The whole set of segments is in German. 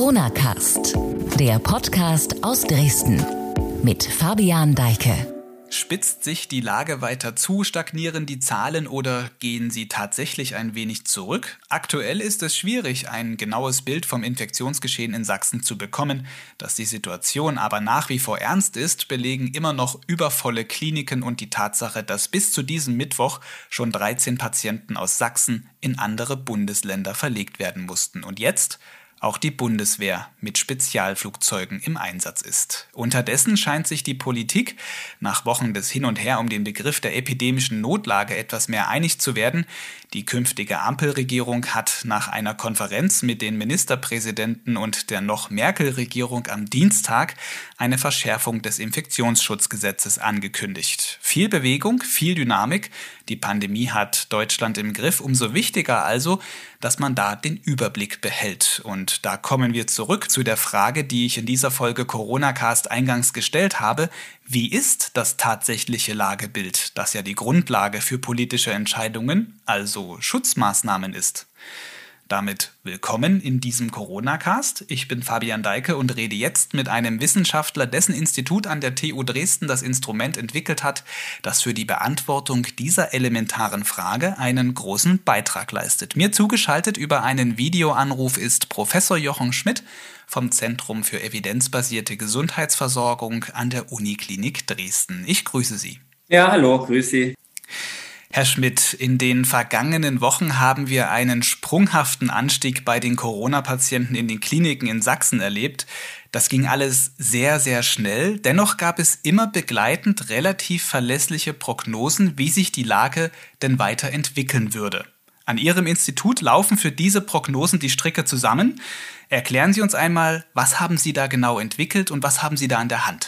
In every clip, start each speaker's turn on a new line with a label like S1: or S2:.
S1: Corona-Cast, der Podcast aus Dresden mit Fabian Deike.
S2: Spitzt sich die Lage weiter zu, stagnieren die Zahlen oder gehen sie tatsächlich ein wenig zurück? Aktuell ist es schwierig, ein genaues Bild vom Infektionsgeschehen in Sachsen zu bekommen. Dass die Situation aber nach wie vor ernst ist, belegen immer noch übervolle Kliniken und die Tatsache, dass bis zu diesem Mittwoch schon 13 Patienten aus Sachsen in andere Bundesländer verlegt werden mussten. Und jetzt auch die Bundeswehr mit Spezialflugzeugen im Einsatz ist. Unterdessen scheint sich die Politik nach Wochen des Hin und Her um den Begriff der epidemischen Notlage etwas mehr einig zu werden. Die künftige Ampelregierung hat nach einer Konferenz mit den Ministerpräsidenten und der noch Merkel-Regierung am Dienstag eine Verschärfung des Infektionsschutzgesetzes angekündigt. Viel Bewegung, viel Dynamik. Die Pandemie hat Deutschland im Griff. Umso wichtiger also, dass man da den Überblick behält. Und da kommen wir zurück zu der Frage, die ich in dieser Folge Corona-Cast eingangs gestellt habe. Wie ist das tatsächliche Lagebild, das ja die Grundlage für politische Entscheidungen, also Schutzmaßnahmen ist? Damit willkommen in diesem Corona-Cast. Ich bin Fabian Deike und rede jetzt mit einem Wissenschaftler, dessen Institut an der TU Dresden das Instrument entwickelt hat, das für die Beantwortung dieser elementaren Frage einen großen Beitrag leistet. Mir zugeschaltet über einen Videoanruf ist Professor Jochen Schmidt vom Zentrum für evidenzbasierte Gesundheitsversorgung an der Uniklinik Dresden. Ich grüße Sie.
S3: Ja, hallo, grüße Sie.
S2: Herr Schmidt, in den vergangenen Wochen haben wir einen sprunghaften Anstieg bei den Corona-Patienten in den Kliniken in Sachsen erlebt. Das ging alles sehr, sehr schnell. Dennoch gab es immer begleitend relativ verlässliche Prognosen, wie sich die Lage denn weiterentwickeln würde. An Ihrem Institut laufen für diese Prognosen die Stricke zusammen. Erklären Sie uns einmal, was haben Sie da genau entwickelt und was haben Sie da in der Hand?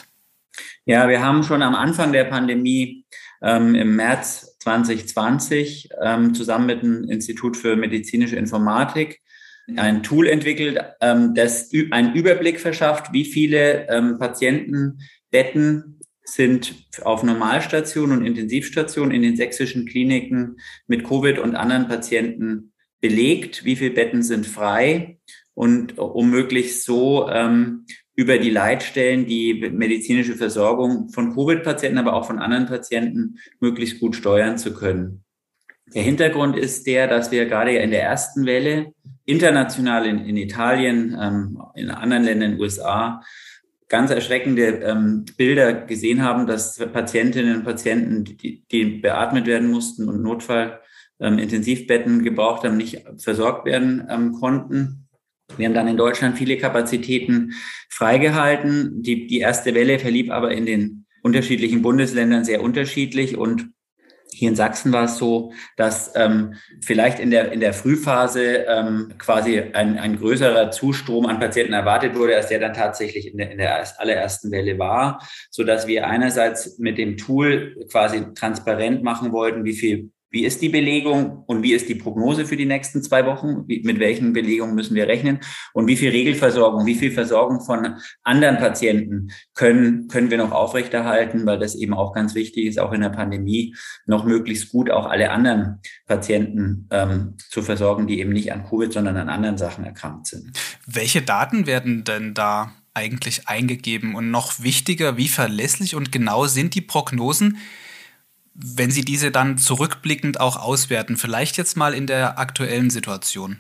S3: Ja, wir haben schon am Anfang der Pandemie im März 2020 zusammen mit dem Institut für medizinische Informatik ein Tool entwickelt, das einen Überblick verschafft, wie viele Patientenbetten sind auf Normalstationen und Intensivstationen in den sächsischen Kliniken mit Covid und anderen Patienten belegt, wie viele Betten sind frei und um möglichst so über die Leitstellen die medizinische Versorgung von Covid-Patienten, aber auch von anderen Patienten möglichst gut steuern zu können. Der Hintergrund ist der, dass wir gerade in der ersten Welle international in Italien, in anderen Ländern, in den USA, ganz erschreckende Bilder gesehen haben, dass Patientinnen und Patienten, die beatmet werden mussten und Notfall-Intensivbetten gebraucht haben, nicht versorgt werden konnten. Wir haben dann in Deutschland viele Kapazitäten freigehalten. Die erste Welle verlief aber in den unterschiedlichen Bundesländern sehr unterschiedlich. Und hier in Sachsen war es so, dass vielleicht in der Frühphase quasi ein größerer Zustrom an Patienten erwartet wurde, als der dann tatsächlich in der allerersten Welle war, sodass wir einerseits mit dem Tool quasi transparent machen wollten, wie ist die Belegung und wie ist die Prognose für die nächsten 2 Wochen? Mit welchen Belegungen müssen wir rechnen? Und wie viel Regelversorgung, wie viel Versorgung von anderen Patienten können wir noch aufrechterhalten? Weil das eben auch ganz wichtig ist, auch in der Pandemie noch möglichst gut auch alle anderen Patienten zu versorgen, die eben nicht an Covid, sondern an anderen Sachen erkrankt sind.
S2: Welche Daten werden denn da eigentlich eingegeben? Und noch wichtiger, wie verlässlich und genau sind die Prognosen, wenn Sie diese dann zurückblickend auch auswerten, vielleicht jetzt mal in der aktuellen Situation?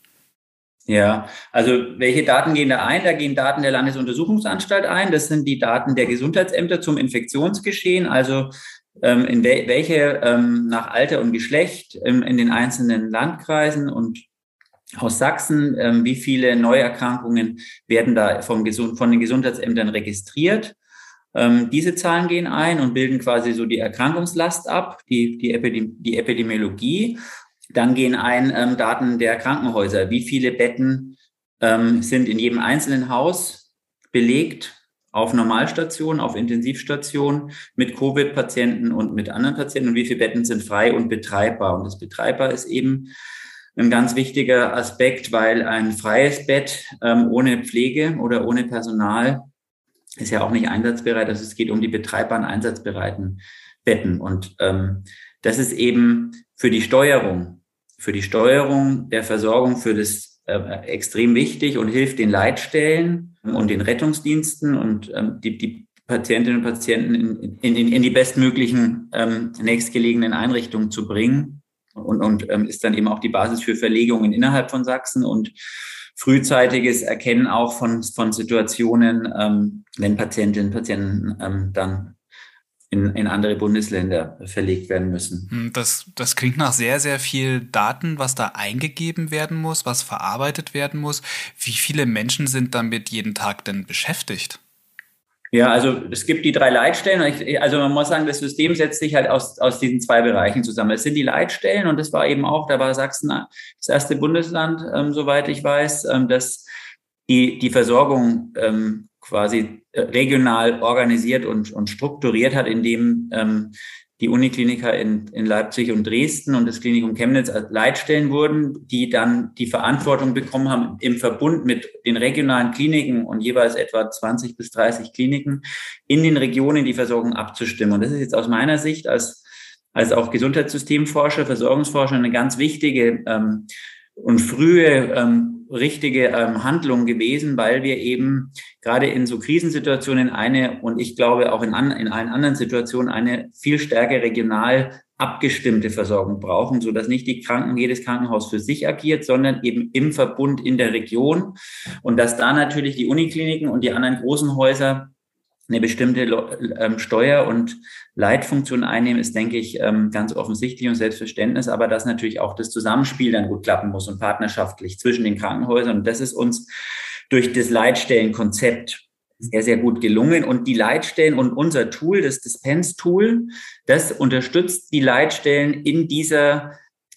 S3: Ja, also welche Daten gehen da ein? Da gehen Daten der Landesuntersuchungsanstalt ein. Das sind die Daten der Gesundheitsämter zum Infektionsgeschehen, also in welche nach Alter und Geschlecht in den einzelnen Landkreisen und aus Sachsen, wie viele Neuerkrankungen werden da von den Gesundheitsämtern registriert. Diese Zahlen gehen ein und bilden quasi so die Erkrankungslast ab, die Epidemiologie. Dann gehen ein Daten der Krankenhäuser. Wie viele Betten sind in jedem einzelnen Haus belegt auf Normalstationen, auf Intensivstationen mit Covid-Patienten und mit anderen Patienten und wie viele Betten sind frei und betreibbar. Und das betreibbar ist eben ein ganz wichtiger Aspekt, weil ein freies Bett ohne Pflege oder ohne Personal ist ja auch nicht einsatzbereit. Also es geht um die betreibbaren, einsatzbereiten Betten. Und das ist eben für die Steuerung der Versorgung, für das extrem wichtig und hilft den Leitstellen und den Rettungsdiensten und die Patientinnen und Patienten in die bestmöglichen nächstgelegenen Einrichtungen zu bringen und ist dann eben auch die Basis für Verlegungen innerhalb von Sachsen und frühzeitiges Erkennen auch von Situationen, wenn Patientinnen und Patienten dann in andere Bundesländer verlegt werden müssen.
S2: Das klingt nach sehr, sehr viel Daten, was da eingegeben werden muss, was verarbeitet werden muss. Wie viele Menschen sind damit jeden Tag denn beschäftigt?
S3: Ja, also es gibt die 3 Leitstellen. Also man muss sagen, das System setzt sich halt aus diesen 2 Bereichen zusammen. Es sind die Leitstellen und das war eben auch, da war Sachsen das erste Bundesland, soweit ich weiß, dass die Versorgung quasi regional organisiert und strukturiert hat, indem die Unikliniker in Leipzig und Dresden und das Klinikum Chemnitz als Leitstellen wurden, die dann die Verantwortung bekommen haben, im Verbund mit den regionalen Kliniken und jeweils etwa 20 bis 30 Kliniken in den Regionen die Versorgung abzustimmen. Und das ist jetzt aus meiner Sicht als auch Versorgungsforscher eine ganz wichtige und frühe richtige Handlung gewesen, weil wir eben gerade in so Krisensituationen und ich glaube auch in allen anderen Situationen eine viel stärker regional abgestimmte Versorgung brauchen, so dass nicht jedes Krankenhaus für sich agiert, sondern eben im Verbund in der Region und dass da natürlich die Unikliniken und die anderen großen Häuser eine bestimmte Steuer- und Leitfunktion einnehmen, ist, denke ich, ganz offensichtlich und selbstverständlich, aber dass natürlich auch das Zusammenspiel dann gut klappen muss und partnerschaftlich zwischen den Krankenhäusern. Und das ist uns durch das Leitstellenkonzept sehr, sehr gut gelungen. Und die Leitstellen und unser Tool, das Dispense-Tool, das unterstützt die Leitstellen in dieser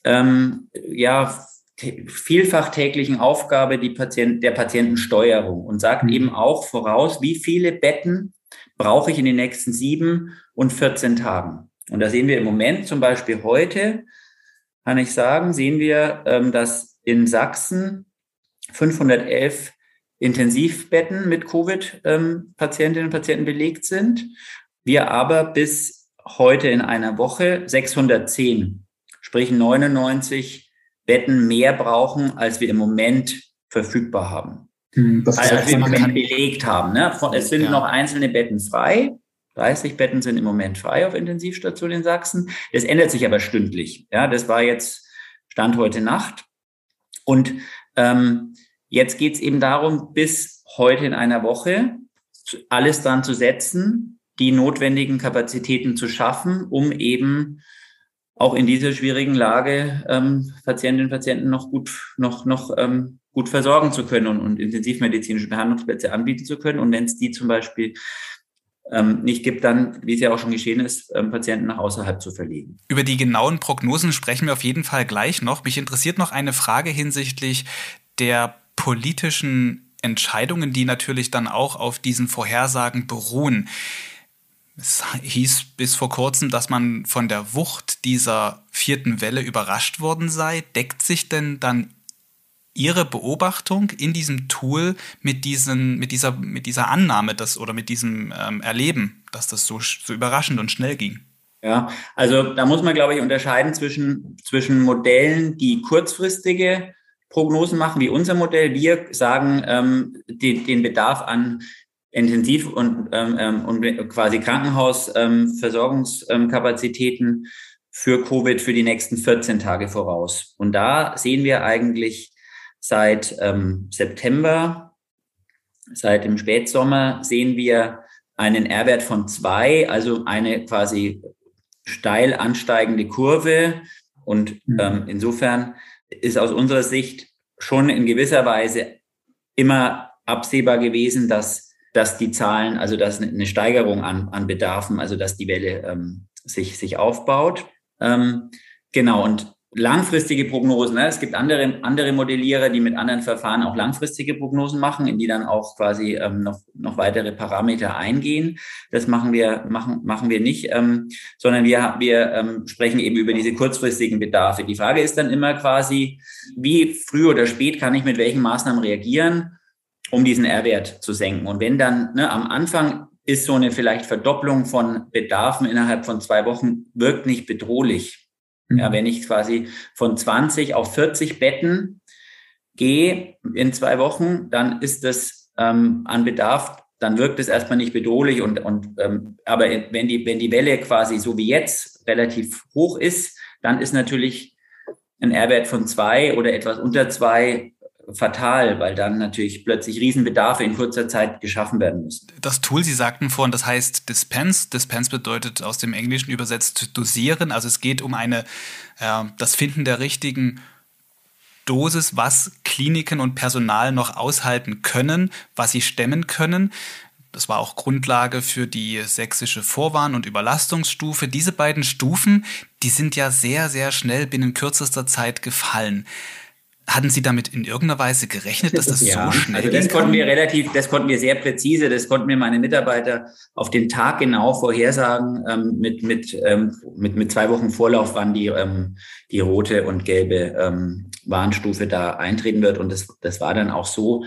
S3: vielfach täglichen Aufgabe der Patientensteuerung und sagt eben auch voraus, wie viele Betten brauche ich in den nächsten 7 und 14 Tagen. Und da sehen wir im Moment, zum Beispiel heute, kann ich sagen, sehen wir, dass in Sachsen 511 Intensivbetten mit Covid-Patientinnen und Patienten belegt sind. Wir aber bis heute in einer Woche 610, sprich 99 Betten mehr brauchen, als wir im Moment verfügbar haben.
S4: Das
S3: als wir im Moment belegt haben. Ne? Es sind noch einzelne Betten frei. 30 Betten sind im Moment frei auf Intensivstationen in Sachsen. Das ändert sich aber stündlich. Ja, das war jetzt Stand heute Nacht. Und jetzt geht es eben darum, bis heute in einer Woche alles dran zu setzen, die notwendigen Kapazitäten zu schaffen, um eben auch in dieser schwierigen Lage Patientinnen und Patienten noch gut versorgen zu können und intensivmedizinische Behandlungsplätze anbieten zu können. Und wenn es die zum Beispiel nicht gibt, dann, wie es ja auch schon geschehen ist, Patienten nach außerhalb zu verlegen.
S2: Über die genauen Prognosen sprechen wir auf jeden Fall gleich noch. Mich interessiert noch eine Frage hinsichtlich der politischen Entscheidungen, die natürlich dann auch auf diesen Vorhersagen beruhen. Es hieß bis vor kurzem, dass man von der Wucht dieser 4. Welle überrascht worden sei. Deckt sich denn dann Ihre Beobachtung in diesem Tool mit dieser Annahme oder mit diesem Erleben, dass das so überraschend und schnell ging?
S3: Ja, also da muss man, glaube ich, unterscheiden zwischen Modellen, die kurzfristige Prognosen machen, wie unser Modell. Wir sagen, den Bedarf an Intensiv- und quasi Krankenhausversorgungskapazitäten für Covid für die nächsten 14 Tage voraus. Und da sehen wir eigentlich seit September, seit dem Spätsommer, sehen wir einen R-Wert von 2, also eine quasi steil ansteigende Kurve. Und insofern ist aus unserer Sicht schon in gewisser Weise immer absehbar gewesen, dass die Zahlen, also dass eine Steigerung an Bedarfen, also dass die Welle sich aufbaut. Genau, und langfristige Prognosen, ne? Es gibt andere Modellierer, die mit anderen Verfahren auch langfristige Prognosen machen, in die dann auch quasi noch weitere Parameter eingehen. Das machen wir nicht, sondern wir sprechen eben über diese kurzfristigen Bedarfe. Die Frage ist dann immer quasi, wie früh oder spät kann ich mit welchen Maßnahmen reagieren, um diesen R-Wert zu senken. Und wenn dann am Anfang ist so eine vielleicht Verdopplung von Bedarfen innerhalb von 2 Wochen wirkt nicht bedrohlich. Ja, wenn ich quasi von 20 auf 40 Betten gehe in 2 Wochen, dann ist das an Bedarf, dann wirkt es erstmal nicht bedrohlich aber wenn die Welle quasi so wie jetzt relativ hoch ist, dann ist natürlich ein R-Wert von 2 oder etwas unter 2 fatal, weil dann natürlich plötzlich Riesenbedarfe in kurzer Zeit geschaffen werden müssen.
S2: Das Tool, Sie sagten vorhin, das heißt Dispense. Dispense bedeutet aus dem Englischen übersetzt dosieren. Also es geht um das Finden der richtigen Dosis, was Kliniken und Personal noch aushalten können, was sie stemmen können. Das war auch Grundlage für die sächsische Vorwarn- und Überlastungsstufe. Diese beiden Stufen, die sind ja sehr, sehr schnell binnen kürzester Zeit gefallen. Hatten Sie damit in irgendeiner Weise gerechnet, dass das so schnell geht?
S3: Das konnten wir sehr präzise, das konnten mir meine Mitarbeiter auf den Tag genau vorhersagen, mit 2 Wochen Vorlauf, wann die rote und gelbe Warnstufe da eintreten wird. Und das war dann auch so.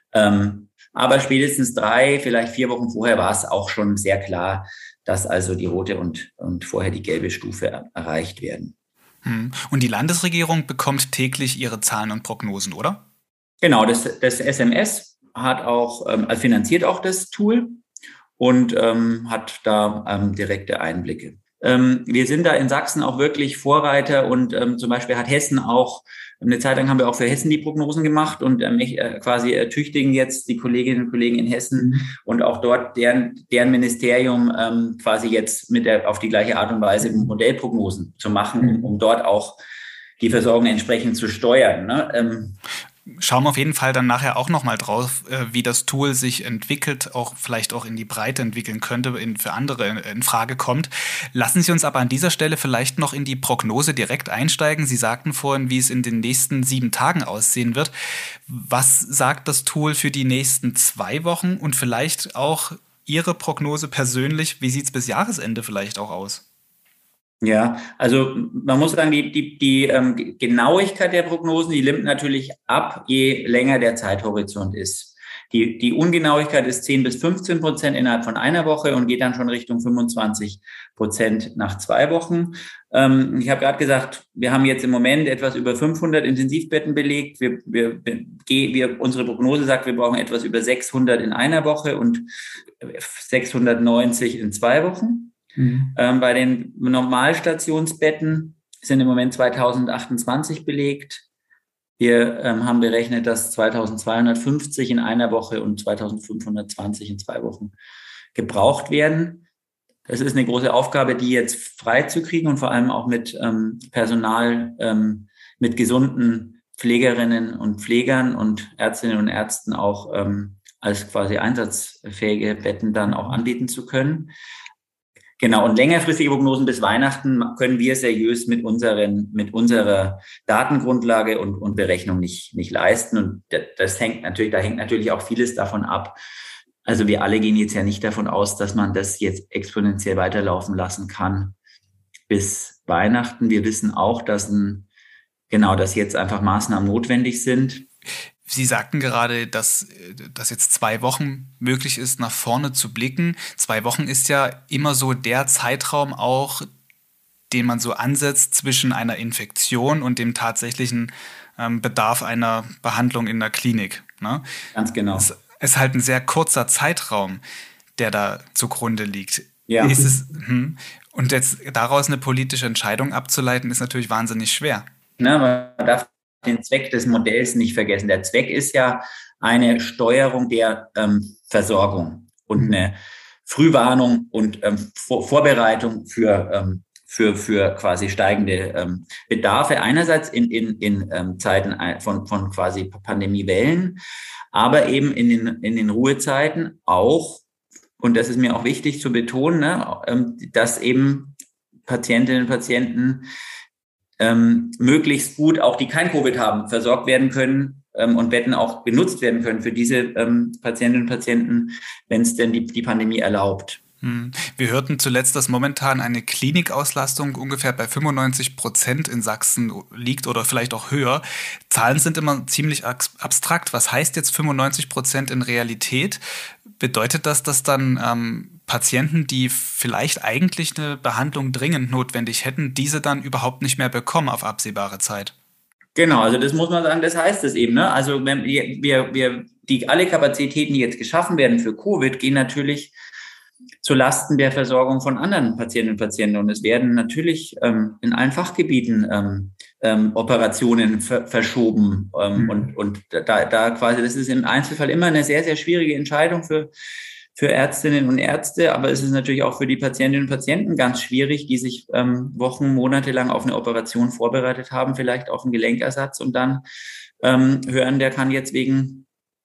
S3: Aber spätestens 3, vielleicht 4 Wochen vorher war es auch schon sehr klar, dass also die rote und vorher die gelbe Stufe erreicht werden.
S2: Und die Landesregierung bekommt täglich ihre Zahlen und Prognosen, oder?
S3: Genau, das SMS hat auch, finanziert auch das Tool und hat da direkte Einblicke. Wir sind da in Sachsen auch wirklich Vorreiter und zum Beispiel hat Hessen auch, eine Zeit lang haben wir auch für Hessen die Prognosen gemacht und quasi ertüchtigen jetzt die Kolleginnen und Kollegen in Hessen und auch dort deren Ministerium quasi jetzt auf die gleiche Art und Weise Modellprognosen zu machen, um dort auch die Versorgung entsprechend zu steuern. Ne?
S2: Schauen wir auf jeden Fall dann nachher auch nochmal drauf, wie das Tool sich entwickelt, auch vielleicht auch in die Breite entwickeln könnte, für andere in Frage kommt. Lassen Sie uns aber an dieser Stelle vielleicht noch in die Prognose direkt einsteigen. Sie sagten vorhin, wie es in den nächsten 7 Tagen aussehen wird. Was sagt das Tool für die nächsten 2 Wochen und vielleicht auch Ihre Prognose persönlich? Wie sieht es bis Jahresende vielleicht auch aus?
S3: Ja, also man muss sagen, die Genauigkeit der Prognosen, die nimmt natürlich ab, je länger der Zeithorizont ist. Die Ungenauigkeit ist 10-15% innerhalb von einer Woche und geht dann schon Richtung 25% nach 2 Wochen. Ich habe gerade gesagt, wir haben jetzt im Moment etwas über 500 Intensivbetten belegt. Unsere Prognose sagt, wir brauchen etwas über 600 in einer Woche und 690 in 2 Wochen. Bei den Normalstationsbetten sind im Moment 2028 belegt. Wir haben berechnet, dass 2250 in einer Woche und 2520 in 2 Wochen gebraucht werden. Das ist eine große Aufgabe, die jetzt freizukriegen und vor allem auch mit Personal, mit gesunden Pflegerinnen und Pflegern und Ärztinnen und Ärzten auch als quasi einsatzfähige Betten dann auch anbieten zu können. Genau, und längerfristige Prognosen bis Weihnachten können wir seriös mit unserer Datengrundlage und Berechnung nicht leisten. Und da hängt natürlich auch vieles davon ab. Also wir alle gehen jetzt ja nicht davon aus, dass man das jetzt exponentiell weiterlaufen lassen kann bis Weihnachten. Wir wissen auch, dass jetzt einfach Maßnahmen notwendig sind.
S2: Sie sagten gerade, dass jetzt 2 Wochen möglich ist, nach vorne zu blicken. 2 Wochen ist ja immer so der Zeitraum auch, den man so ansetzt zwischen einer Infektion und dem tatsächlichen Bedarf einer Behandlung in der Klinik. Ne?
S3: Ganz genau.
S2: Es ist halt ein sehr kurzer Zeitraum, der da zugrunde liegt.
S3: Ja.
S2: Und jetzt daraus eine politische Entscheidung abzuleiten, ist natürlich wahnsinnig schwer.
S3: Man darf den Zweck des Modells nicht vergessen. Der Zweck ist ja eine Steuerung der Versorgung und eine Frühwarnung und Vorbereitung für quasi steigende Bedarfe. Einerseits in Zeiten von quasi Pandemiewellen, aber eben in den Ruhezeiten auch, und das ist mir auch wichtig zu betonen, dass eben Patientinnen und Patienten möglichst gut, auch die kein Covid haben, versorgt werden können und Betten auch genutzt werden können für diese Patientinnen und Patienten, wenn es denn die Pandemie erlaubt.
S2: Wir hörten zuletzt, dass momentan eine Klinikauslastung ungefähr bei 95% in Sachsen liegt oder vielleicht auch höher. Zahlen sind immer ziemlich abstrakt. Was heißt jetzt 95% in Realität? Bedeutet das, dass dann Patienten, die vielleicht eigentlich eine Behandlung dringend notwendig hätten, diese dann überhaupt nicht mehr bekommen auf absehbare Zeit?
S3: Genau, also das muss man sagen, das heißt es eben, ne? Also wenn alle Kapazitäten, die jetzt geschaffen werden für Covid, gehen natürlich zu Lasten der Versorgung von anderen Patientinnen und Patienten. Und es werden natürlich in allen Fachgebieten Operationen verschoben. Und da quasi, das ist im Einzelfall immer eine sehr, sehr schwierige Entscheidung für Ärztinnen und Ärzte, aber es ist natürlich auch für die Patientinnen und Patienten ganz schwierig, die sich Wochen, Monate lang auf eine Operation vorbereitet haben, vielleicht auf einen Gelenkersatz und dann hören, der kann jetzt wegen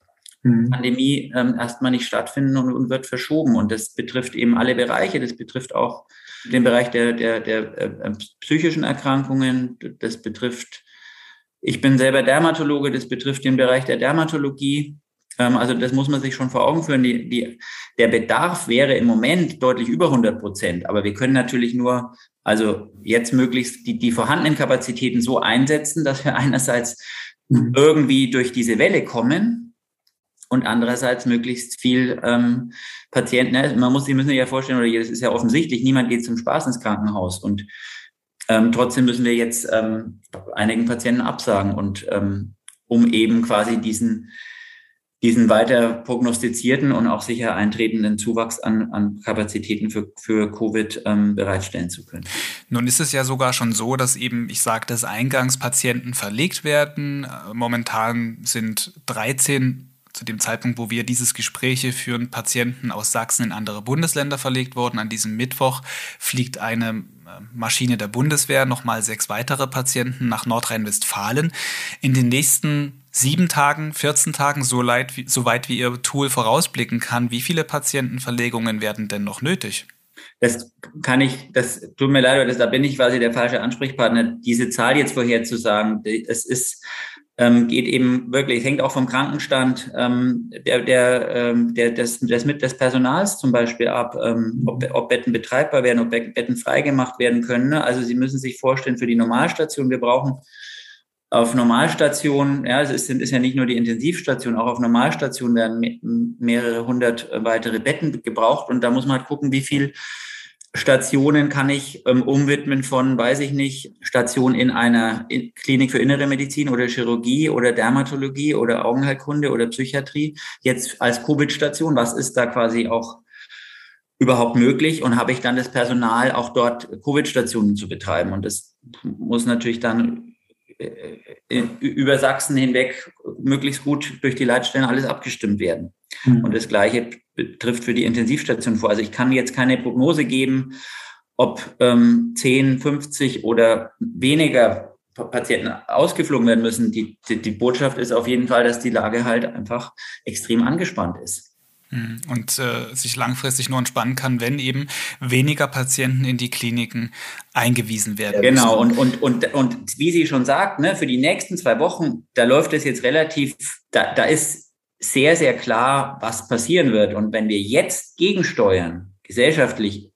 S3: Pandemie erstmal nicht stattfinden und wird verschoben. Und das betrifft eben alle Bereiche. Das betrifft auch den Bereich der psychischen Erkrankungen. Das betrifft, ich bin selber Dermatologe, das betrifft den Bereich der Dermatologie. Also das muss man sich schon vor Augen führen. Der Bedarf wäre im Moment deutlich über 100%. Aber wir können natürlich nur, also jetzt möglichst die vorhandenen Kapazitäten so einsetzen, dass wir einerseits irgendwie durch diese Welle kommen und andererseits möglichst viel Patienten. Ne? Sie müssen sich ja vorstellen, oder das ist ja offensichtlich, niemand geht zum Spaß ins Krankenhaus. Und trotzdem müssen wir jetzt einigen Patienten absagen. Und um eben quasi diesen weiter prognostizierten und auch sicher eintretenden Zuwachs an Kapazitäten für Covid bereitstellen zu können.
S2: Nun ist es ja sogar schon so, dass eben, ich sagte es eingangs, Patienten verlegt werden. Momentan sind 13 zu dem Zeitpunkt, wo wir dieses Gespräch hier führen, Patienten aus Sachsen in andere Bundesländer verlegt worden. An diesem Mittwoch fliegt eine Maschine der Bundeswehr, nochmal 6 weitere Patienten nach Nordrhein-Westfalen. In den nächsten 7 Tagen, 14 Tagen, soweit wie Ihr Tool vorausblicken kann, wie viele Patientenverlegungen werden denn noch nötig?
S3: Das tut mir leid, da bin ich quasi der falsche Ansprechpartner, diese Zahl jetzt vorherzusagen. Es ist geht eben wirklich, es hängt auch vom Krankenstand des Personals zum Beispiel ab, ob Betten betreibbar werden, ob Betten freigemacht werden können. Ne? Also Sie müssen sich vorstellen, für die Normalstation, wir brauchen auf Normalstationen, ja, ist ja nicht nur die Intensivstation, auch auf Normalstationen werden mehrere hundert weitere Betten gebraucht und da muss man halt gucken, wie viel Stationen kann ich umwidmen von, weiß ich nicht, Station in einer Klinik für innere Medizin oder Chirurgie oder Dermatologie oder Augenheilkunde oder Psychiatrie jetzt als Covid-Station. Was ist da quasi auch überhaupt möglich? Und habe ich dann das Personal, auch dort Covid-Stationen zu betreiben? Und das muss natürlich dann über Sachsen hinweg möglichst gut durch die Leitstellen alles abgestimmt werden. Und das Gleiche betrifft für die Intensivstation vor. Also ich kann jetzt keine Prognose geben, ob 10, 50 oder weniger Patienten ausgeflogen werden müssen. Die Botschaft ist auf jeden Fall, dass die Lage halt einfach extrem angespannt ist.
S2: Und sich langfristig nur entspannen kann, wenn eben weniger Patienten in die Kliniken eingewiesen werden.
S3: Genau, und wie sie schon sagt, ne, für die nächsten 2 Wochen, da läuft es jetzt relativ, da ist sehr, sehr klar, was passieren wird. Und wenn wir jetzt gegensteuern, gesellschaftlich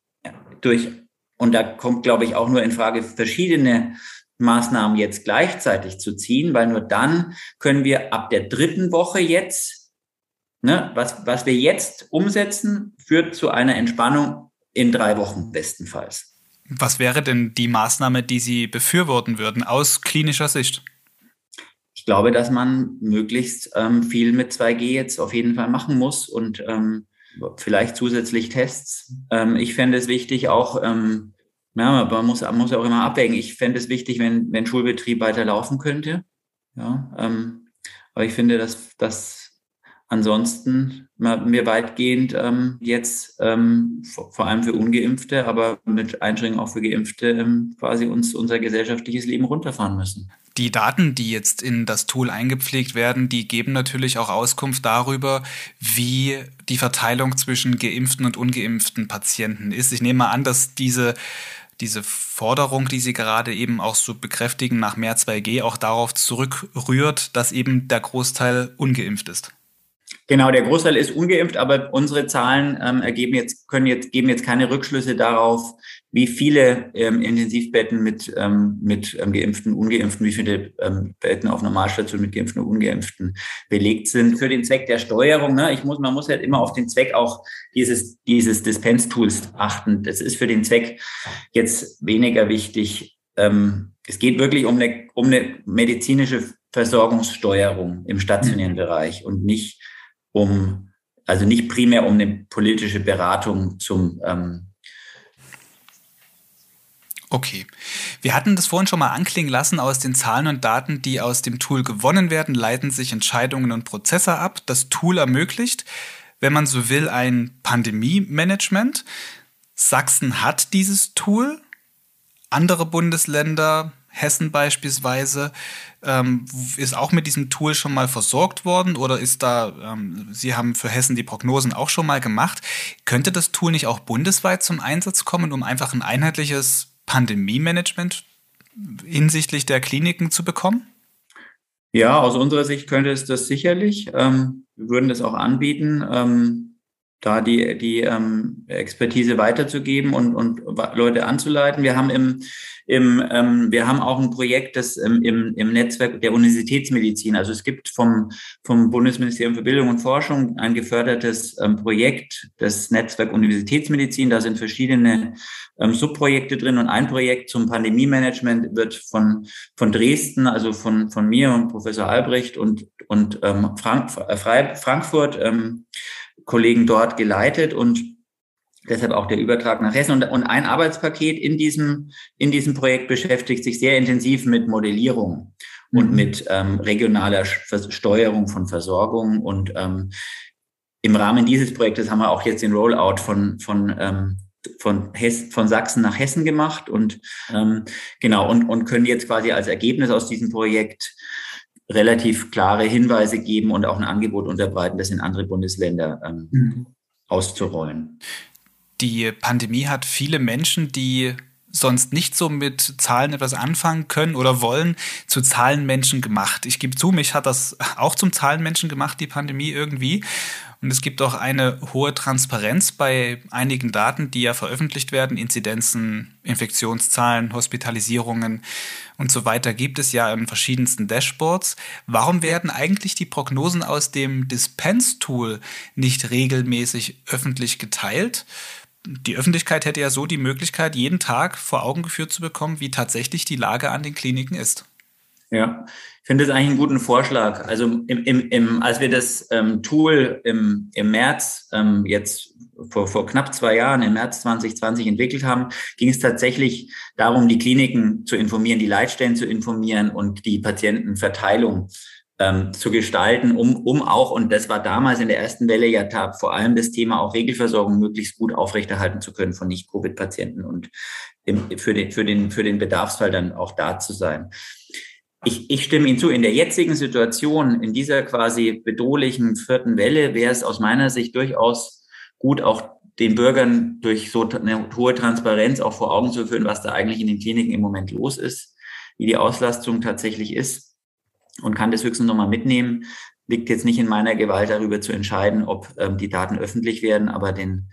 S3: und da kommt, glaube ich, auch nur in Frage, verschiedene Maßnahmen jetzt gleichzeitig zu ziehen, weil nur dann können wir ab der 3. Woche jetzt, ne, was wir jetzt umsetzen, führt zu einer Entspannung in 3 Wochen bestenfalls.
S2: Was wäre denn die Maßnahme, die Sie befürworten würden aus klinischer Sicht?
S3: Ich glaube, dass man möglichst viel mit 2G jetzt auf jeden Fall machen muss und vielleicht zusätzlich Tests. Ich fände es wichtig auch, man muss ja auch immer abwägen. Ich fände es wichtig, wenn Schulbetrieb weiter laufen könnte. Ja, aber ich finde, dass ansonsten wir weitgehend jetzt vor allem für Ungeimpfte, aber mit Einschränkungen auch für Geimpfte quasi unser gesellschaftliches Leben runterfahren müssen.
S2: Die Daten, die jetzt in das Tool eingepflegt werden, die geben natürlich auch Auskunft darüber, wie die Verteilung zwischen geimpften und ungeimpften Patienten ist. Ich nehme mal an, dass diese Forderung, die Sie gerade eben auch so bekräftigen, nach mehr 2G auch darauf zurückrührt, dass eben der Großteil ungeimpft ist.
S3: Genau, der Großteil ist ungeimpft, aber unsere Zahlen geben jetzt keine Rückschlüsse darauf, wie viele Intensivbetten mit Geimpften, Ungeimpften, wie viele Betten auf Normalstationen mit Geimpften und Ungeimpften belegt sind. Für den Zweck der Steuerung, ne, man muss halt immer auf den Zweck auch dieses Dispense-Tools achten. Das ist für den Zweck jetzt weniger wichtig, Es geht wirklich um eine medizinische Versorgungssteuerung im stationären Bereich und nicht primär um eine politische Beratung zum
S2: Okay. Wir hatten das vorhin schon mal anklingen lassen, aus den Zahlen und Daten, die aus dem Tool gewonnen werden, leiten sich Entscheidungen und Prozesse ab. Das Tool ermöglicht, wenn man so will, ein Pandemie-Management. Sachsen hat dieses Tool. Andere Bundesländer, Hessen beispielsweise, ist auch mit diesem Tool schon mal versorgt worden oder Sie haben für Hessen die Prognosen auch schon mal gemacht. Könnte das Tool nicht auch bundesweit zum Einsatz kommen, um einfach ein einheitliches Pandemie-Management hinsichtlich der Kliniken zu bekommen?
S3: Ja, aus unserer Sicht könnte es das sicherlich. Wir würden das auch anbieten, da die Expertise weiterzugeben und Leute anzuleiten. Wir haben wir haben auch ein Projekt, das im Netzwerk der Universitätsmedizin, also es gibt vom Bundesministerium für Bildung und Forschung ein gefördertes Projekt, das Netzwerk Universitätsmedizin. Da sind verschiedene Subprojekte drin und ein Projekt zum Pandemie-Management wird von Dresden, also von mir und Professor Albrecht und Frankfurt, Kollegen dort geleitet und deshalb auch der Übertrag nach Hessen. Und ein Arbeitspaket in diesem Projekt beschäftigt sich sehr intensiv mit Modellierung und mit regionaler Steuerung von Versorgung. Und im Rahmen dieses Projektes haben wir auch jetzt den Rollout von Sachsen nach Hessen gemacht und können jetzt quasi als Ergebnis aus diesem Projekt relativ klare Hinweise geben und auch ein Angebot unterbreiten, das in andere Bundesländer auszurollen.
S2: Die Pandemie hat viele Menschen, die sonst nicht so mit Zahlen etwas anfangen können oder wollen, zu Zahlenmenschen gemacht. Ich gebe zu, mich hat das auch zum Zahlenmenschen gemacht, die Pandemie irgendwie. Und es gibt auch eine hohe Transparenz bei einigen Daten, die ja veröffentlicht werden. Inzidenzen, Infektionszahlen, Hospitalisierungen und so weiter gibt es ja in verschiedensten Dashboards. Warum werden eigentlich die Prognosen aus dem Dispense-Tool nicht regelmäßig öffentlich geteilt? Die Öffentlichkeit hätte ja so die Möglichkeit, jeden Tag vor Augen geführt zu bekommen, wie tatsächlich die Lage an den Kliniken ist.
S3: Ja, ich finde das eigentlich einen guten Vorschlag. Also als wir das Tool im März, jetzt vor knapp 2 Jahren, im März 2020 entwickelt haben, ging es tatsächlich darum, die Kliniken zu informieren, die Leitstellen zu informieren und die Patientenverteilung zu gestalten, um auch, und das war damals in der ersten Welle ja vor allem das Thema auch Regelversorgung möglichst gut aufrechterhalten zu können von Nicht-Covid-Patienten und für den Bedarfsfall dann auch da zu sein. Ich stimme Ihnen zu, in der jetzigen Situation, in dieser quasi bedrohlichen 4. Welle, wäre es aus meiner Sicht durchaus gut, auch den Bürgern durch so eine hohe Transparenz auch vor Augen zu führen, was da eigentlich in den Kliniken im Moment los ist, wie die Auslastung tatsächlich ist. Und kann das höchstens nochmal mitnehmen. Liegt jetzt nicht in meiner Gewalt, darüber zu entscheiden, ob die Daten öffentlich werden, aber den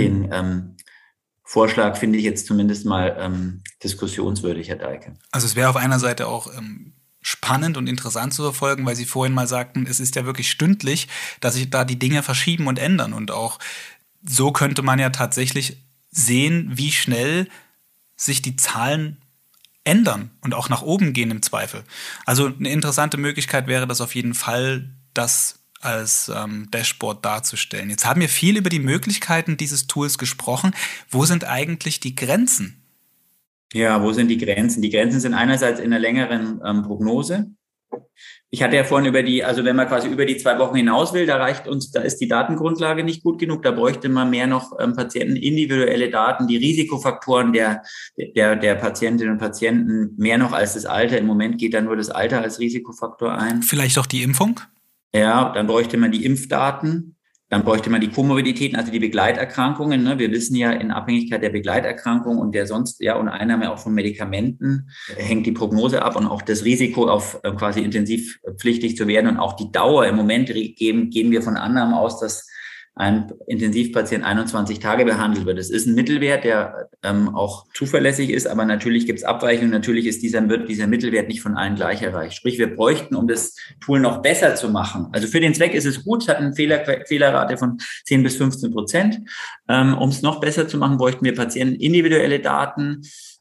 S3: Vorschlag finde ich jetzt zumindest mal diskussionswürdig, Herr Deike.
S2: Also es wäre auf einer Seite auch spannend und interessant zu verfolgen, weil Sie vorhin mal sagten, es ist ja wirklich stündlich, dass sich da die Dinge verschieben und ändern. Und auch so könnte man ja tatsächlich sehen, wie schnell sich die Zahlen ändern und auch nach oben gehen im Zweifel. Also eine interessante Möglichkeit wäre das auf jeden Fall, das als Dashboard darzustellen. Jetzt haben wir viel über die Möglichkeiten dieses Tools gesprochen. Wo sind eigentlich die Grenzen?
S3: Ja, wo sind die Grenzen? Die Grenzen sind einerseits in einer längeren Prognose. Ich hatte ja vorhin wenn man quasi über die 2 Wochen hinaus will, da ist die Datengrundlage nicht gut genug. Da bräuchte man mehr noch Patienten, individuelle Daten, die Risikofaktoren der Patientinnen und Patienten, mehr noch als das Alter. Im Moment geht da nur das Alter als Risikofaktor ein.
S2: Vielleicht auch die Impfung?
S3: Ja, dann bräuchte man die Impfdaten. Dann bräuchte man die Komorbiditäten, also die Begleiterkrankungen. Ne? Wir wissen ja, in Abhängigkeit der Begleiterkrankung und und Einnahme auch von Medikamenten hängt die Prognose ab und auch das Risiko, auf quasi intensivpflichtig zu werden und auch die Dauer. Im Moment gehen wir von Annahmen aus, dass ein Intensivpatient 21 Tage behandelt wird. Das ist ein Mittelwert, der auch zuverlässig ist, aber natürlich gibt es Abweichungen. Natürlich wird dieser Mittelwert nicht von allen gleich erreicht. Sprich, wir bräuchten, um das Tool noch besser zu machen. Also für den Zweck ist es gut, es hat eine Fehlerrate von 10-15%. Um es noch besser zu machen, bräuchten wir Patienten individuelle Daten,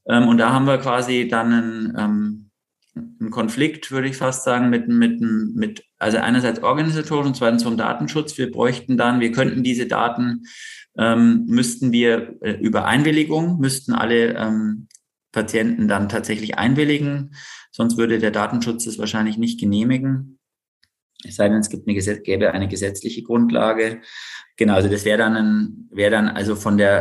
S3: Und da haben wir quasi dann einen Konflikt, würde ich fast sagen, also einerseits organisatorisch und zweitens vom Datenschutz. Wir könnten diese Daten, müssten wir über Einwilligung, müssten alle Patienten dann tatsächlich einwilligen, sonst würde der Datenschutz das wahrscheinlich nicht genehmigen. Es sei denn, es gäbe eine gesetzliche Grundlage. Genau, also das wäre dann also von der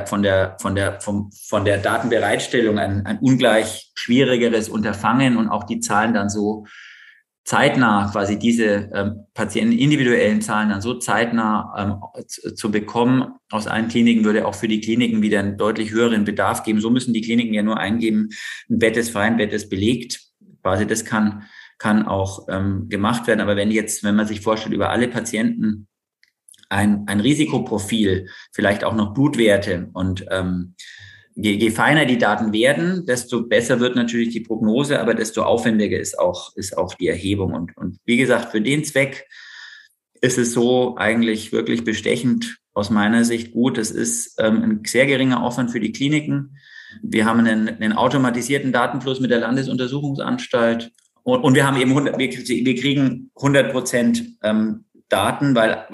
S3: Datenbereitstellung ein ungleich schwierigeres Unterfangen und auch die Zahlen dann so zeitnah, quasi diese individuellen Zahlen dann so zeitnah zu bekommen aus allen Kliniken, würde auch für die Kliniken wieder einen deutlich höheren Bedarf geben. So müssen die Kliniken ja nur eingeben, ein Bett ist frei, ein Bett ist belegt. Quasi das kann auch gemacht werden. Aber wenn man sich vorstellt, über alle Patienten ein Risikoprofil, vielleicht auch noch Blutwerte und je feiner die Daten werden, desto besser wird natürlich die Prognose, aber desto aufwendiger ist auch die Erhebung. Und wie gesagt, für den Zweck ist es so eigentlich wirklich bestechend aus meiner Sicht gut. Es ist ein sehr geringer Aufwand für die Kliniken. Wir haben einen automatisierten Datenfluss mit der Landesuntersuchungsanstalt und wir haben eben wir kriegen 100% Daten, weil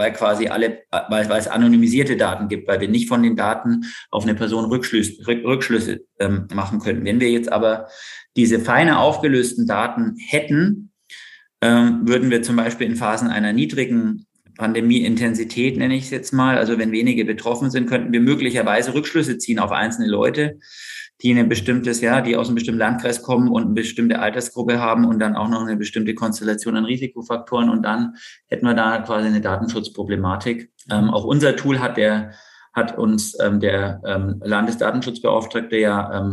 S3: es anonymisierte Daten gibt, weil wir nicht von den Daten auf eine Person Rückschlüsse machen können. Wenn wir jetzt aber diese feiner aufgelösten Daten hätten, würden wir zum Beispiel in Phasen einer niedrigen Pandemieintensität, nenne ich es jetzt mal, also wenn wenige betroffen sind, könnten wir möglicherweise Rückschlüsse ziehen auf einzelne Leute, die die aus einem bestimmten Landkreis kommen und eine bestimmte Altersgruppe haben und dann auch noch eine bestimmte Konstellation an Risikofaktoren. Und dann hätten wir da quasi eine Datenschutzproblematik. Auch unser Tool hat uns der Landesdatenschutzbeauftragte ja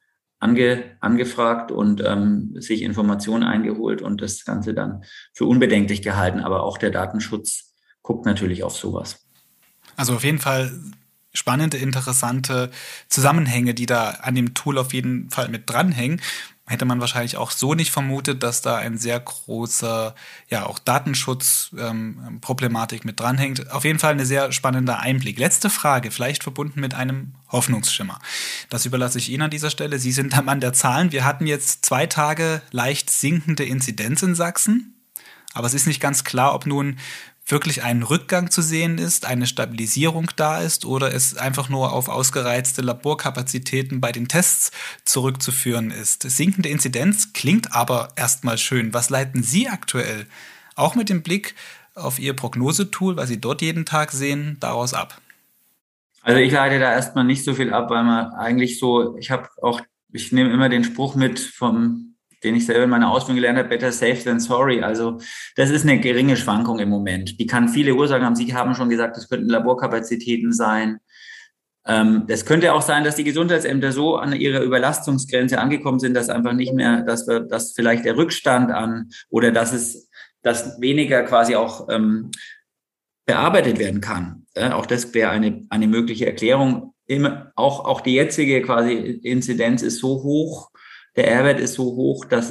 S3: angefragt und sich Informationen eingeholt und das Ganze dann für unbedenklich gehalten. Aber auch der Datenschutz guckt natürlich auf sowas.
S2: Also auf jeden Fall spannende, interessante Zusammenhänge, die da an dem Tool auf jeden Fall mit dranhängen. Hätte man wahrscheinlich auch so nicht vermutet, dass da ein sehr großer, auch Datenschutzproblematik mit dranhängt. Auf jeden Fall ein sehr spannender Einblick. Letzte Frage, vielleicht verbunden mit einem Hoffnungsschimmer. Das überlasse ich Ihnen an dieser Stelle. Sie sind der Mann der Zahlen. Wir hatten jetzt 2 Tage leicht sinkende Inzidenz in Sachsen. Aber es ist nicht ganz klar, ob nun wirklich ein Rückgang zu sehen ist, eine Stabilisierung da ist oder es einfach nur auf ausgereizte Laborkapazitäten bei den Tests zurückzuführen ist. Sinkende Inzidenz klingt aber erstmal schön. Was leiten Sie aktuell, auch mit dem Blick auf Ihr Prognosetool, was Sie dort jeden Tag sehen, daraus ab?
S3: Also ich leite da erstmal nicht so viel ab, weil man eigentlich ich nehme immer den Spruch mit den ich selber in meiner Ausbildung gelernt habe, better safe than sorry. Also das ist eine geringe Schwankung im Moment. Die kann viele Ursachen haben. Sie haben schon gesagt, das könnten Laborkapazitäten sein. Das könnte auch sein, dass die Gesundheitsämter so an ihrer Überlastungsgrenze angekommen sind, dass einfach nicht mehr, dass vielleicht der Rückstand oder dass weniger quasi auch bearbeitet werden kann. Auch das wäre eine mögliche Erklärung. Auch die jetzige quasi Inzidenz ist so hoch, der R-Wert ist so hoch, dass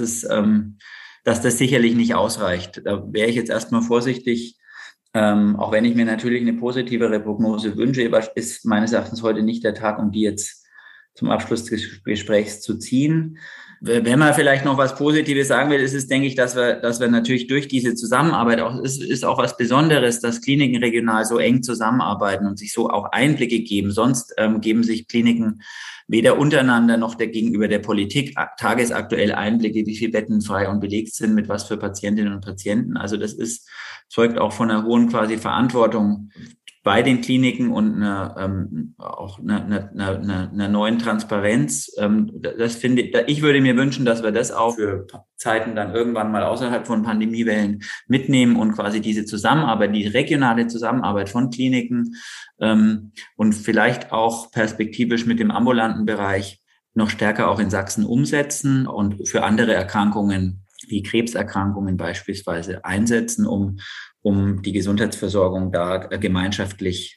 S3: das sicherlich nicht ausreicht. Da wäre ich jetzt erstmal vorsichtig, auch wenn ich mir natürlich eine positivere Prognose wünsche, ist meines Erachtens heute nicht der Tag, um die jetzt zum Abschluss des Gesprächs zu ziehen. Wenn man vielleicht noch was Positives sagen will, ist es, denke ich, dass wir natürlich durch diese Zusammenarbeit ist auch was Besonderes, dass Kliniken regional so eng zusammenarbeiten und sich so auch Einblicke geben. Sonst geben sich Kliniken weder untereinander noch gegenüber der Politik tagesaktuell Einblicke, wie viele Betten frei und belegt sind, mit was für Patientinnen und Patienten. Also das zeugt auch von einer hohen quasi Verantwortung bei den Kliniken und auch einer neuen Transparenz. Ich würde mir wünschen, dass wir das auch für Zeiten dann irgendwann mal außerhalb von Pandemiewellen mitnehmen und quasi diese Zusammenarbeit, die regionale Zusammenarbeit von Kliniken und vielleicht auch perspektivisch mit dem ambulanten Bereich noch stärker auch in Sachsen umsetzen und für andere Erkrankungen wie Krebserkrankungen beispielsweise einsetzen, um die Gesundheitsversorgung da gemeinschaftlich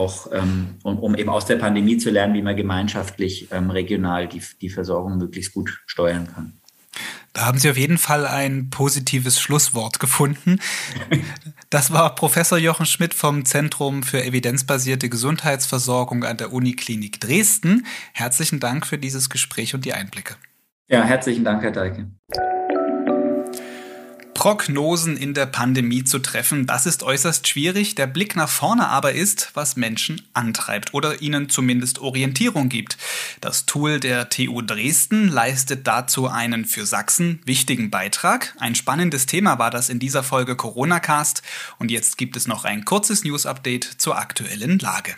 S3: um eben aus der Pandemie zu lernen, wie man gemeinschaftlich regional die Versorgung möglichst gut steuern kann.
S2: Da haben Sie auf jeden Fall ein positives Schlusswort gefunden. Das war Professor Jochen Schmidt vom Zentrum für evidenzbasierte Gesundheitsversorgung an der Uniklinik Dresden. Herzlichen Dank für dieses Gespräch und die Einblicke.
S3: Ja, herzlichen Dank, Herr Deike.
S2: Prognosen in der Pandemie zu treffen, das ist äußerst schwierig. Der Blick nach vorne aber ist, was Menschen antreibt oder ihnen zumindest Orientierung gibt. Das Tool der TU Dresden leistet dazu einen für Sachsen wichtigen Beitrag. Ein spannendes Thema war das in dieser Folge Corona-Cast. Und jetzt gibt es noch ein kurzes News-Update zur aktuellen Lage.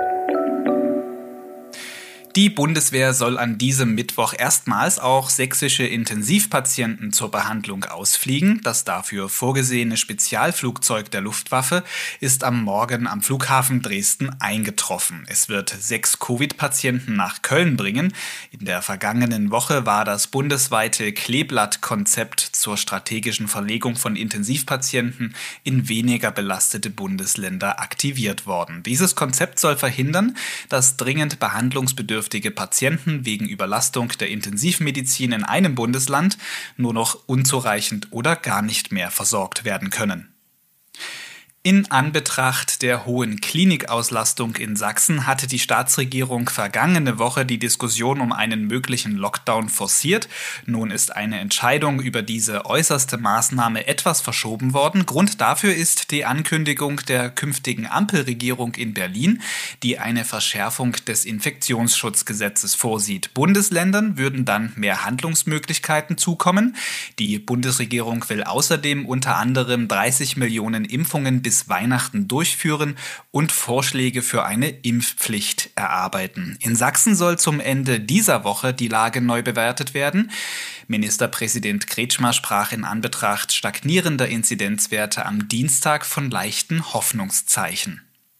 S2: Die Bundeswehr soll an diesem Mittwoch erstmals auch sächsische Intensivpatienten zur Behandlung ausfliegen. Das dafür vorgesehene Spezialflugzeug der Luftwaffe ist am Morgen am Flughafen Dresden eingetroffen. Es wird 6 Covid-Patienten nach Köln bringen. In der vergangenen Woche war das bundesweite Kleeblatt-Konzept zur strategischen Verlegung von Intensivpatienten in weniger belastete Bundesländer aktiviert worden. Dieses Konzept soll verhindern, dass dringend behandlungsbedürftige Patienten wegen Überlastung der Intensivmedizin in einem Bundesland nur noch unzureichend oder gar nicht mehr versorgt werden können. In Anbetracht der hohen Klinikauslastung in Sachsen hatte die Staatsregierung vergangene Woche die Diskussion um einen möglichen Lockdown forciert. Nun ist eine Entscheidung über diese äußerste Maßnahme etwas verschoben worden. Grund dafür ist die Ankündigung der künftigen Ampelregierung in Berlin, die eine Verschärfung des Infektionsschutzgesetzes vorsieht. Bundesländern würden dann mehr Handlungsmöglichkeiten zukommen. Die Bundesregierung will außerdem unter anderem 30 Millionen Impfungen bis Weihnachten durchführen und Vorschläge für eine Impfpflicht erarbeiten. In Sachsen soll zum Ende dieser Woche die Lage neu bewertet werden. Ministerpräsident Kretschmer sprach in Anbetracht stagnierender Inzidenzwerte am Dienstag von leichten Hoffnungszeichen.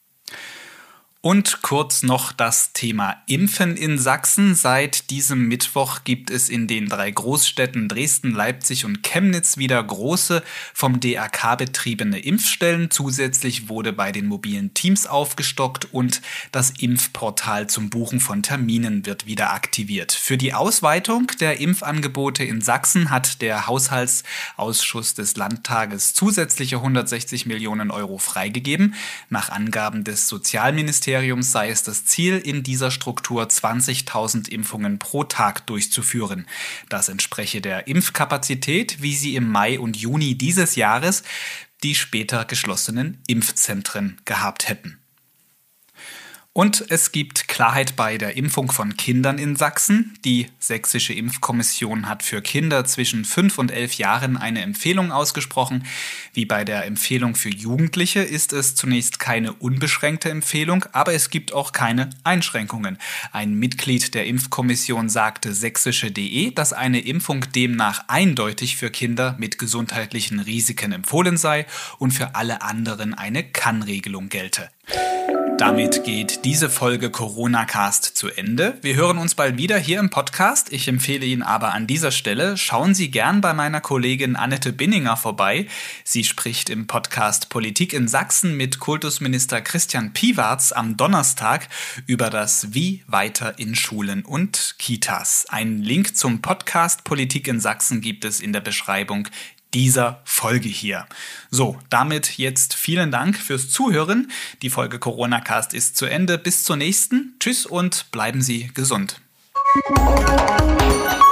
S2: Und kurz noch das Thema Impfen in Sachsen. Seit diesem Mittwoch gibt es in den 3 Großstädten Dresden, Leipzig und Chemnitz wieder große vom DRK betriebene Impfstellen. Zusätzlich wurde bei den mobilen Teams aufgestockt und das Impfportal zum Buchen von Terminen wird wieder aktiviert. Für die Ausweitung der Impfangebote in Sachsen hat der Haushaltsausschuss des Landtages zusätzliche 160 Millionen Euro freigegeben. Nach Angaben des Sozialministeriums sei es das Ziel, in dieser Struktur 20.000 Impfungen pro Tag durchzuführen. Das entspreche der Impfkapazität, wie sie im Mai und Juni dieses Jahres die später geschlossenen Impfzentren gehabt hätten. Und es gibt Klarheit bei der Impfung von Kindern in Sachsen. Die Sächsische Impfkommission hat für Kinder zwischen 5 und 11 Jahren eine Empfehlung ausgesprochen. Wie bei der Empfehlung für Jugendliche ist es zunächst keine unbeschränkte Empfehlung, aber es gibt auch keine Einschränkungen. Ein Mitglied der Impfkommission sagte sächsische.de, dass eine Impfung demnach eindeutig für Kinder mit gesundheitlichen Risiken empfohlen sei und für alle anderen eine Kann-Regelung gelte. Damit geht diese Folge Corona-Cast zu Ende. Wir hören uns bald wieder hier im Podcast. Ich empfehle Ihnen aber an dieser Stelle, schauen Sie gern bei meiner Kollegin Annette Binninger vorbei. Sie spricht im Podcast Politik in Sachsen mit Kultusminister Christian Piwarz am Donnerstag über das Wie weiter in Schulen und Kitas. Einen Link zum Podcast Politik in Sachsen gibt es in der Beschreibung dieser Folge hier. So, damit jetzt vielen Dank fürs Zuhören. Die Folge Corona-Cast ist zu Ende. Bis zur nächsten. Tschüss und bleiben Sie gesund.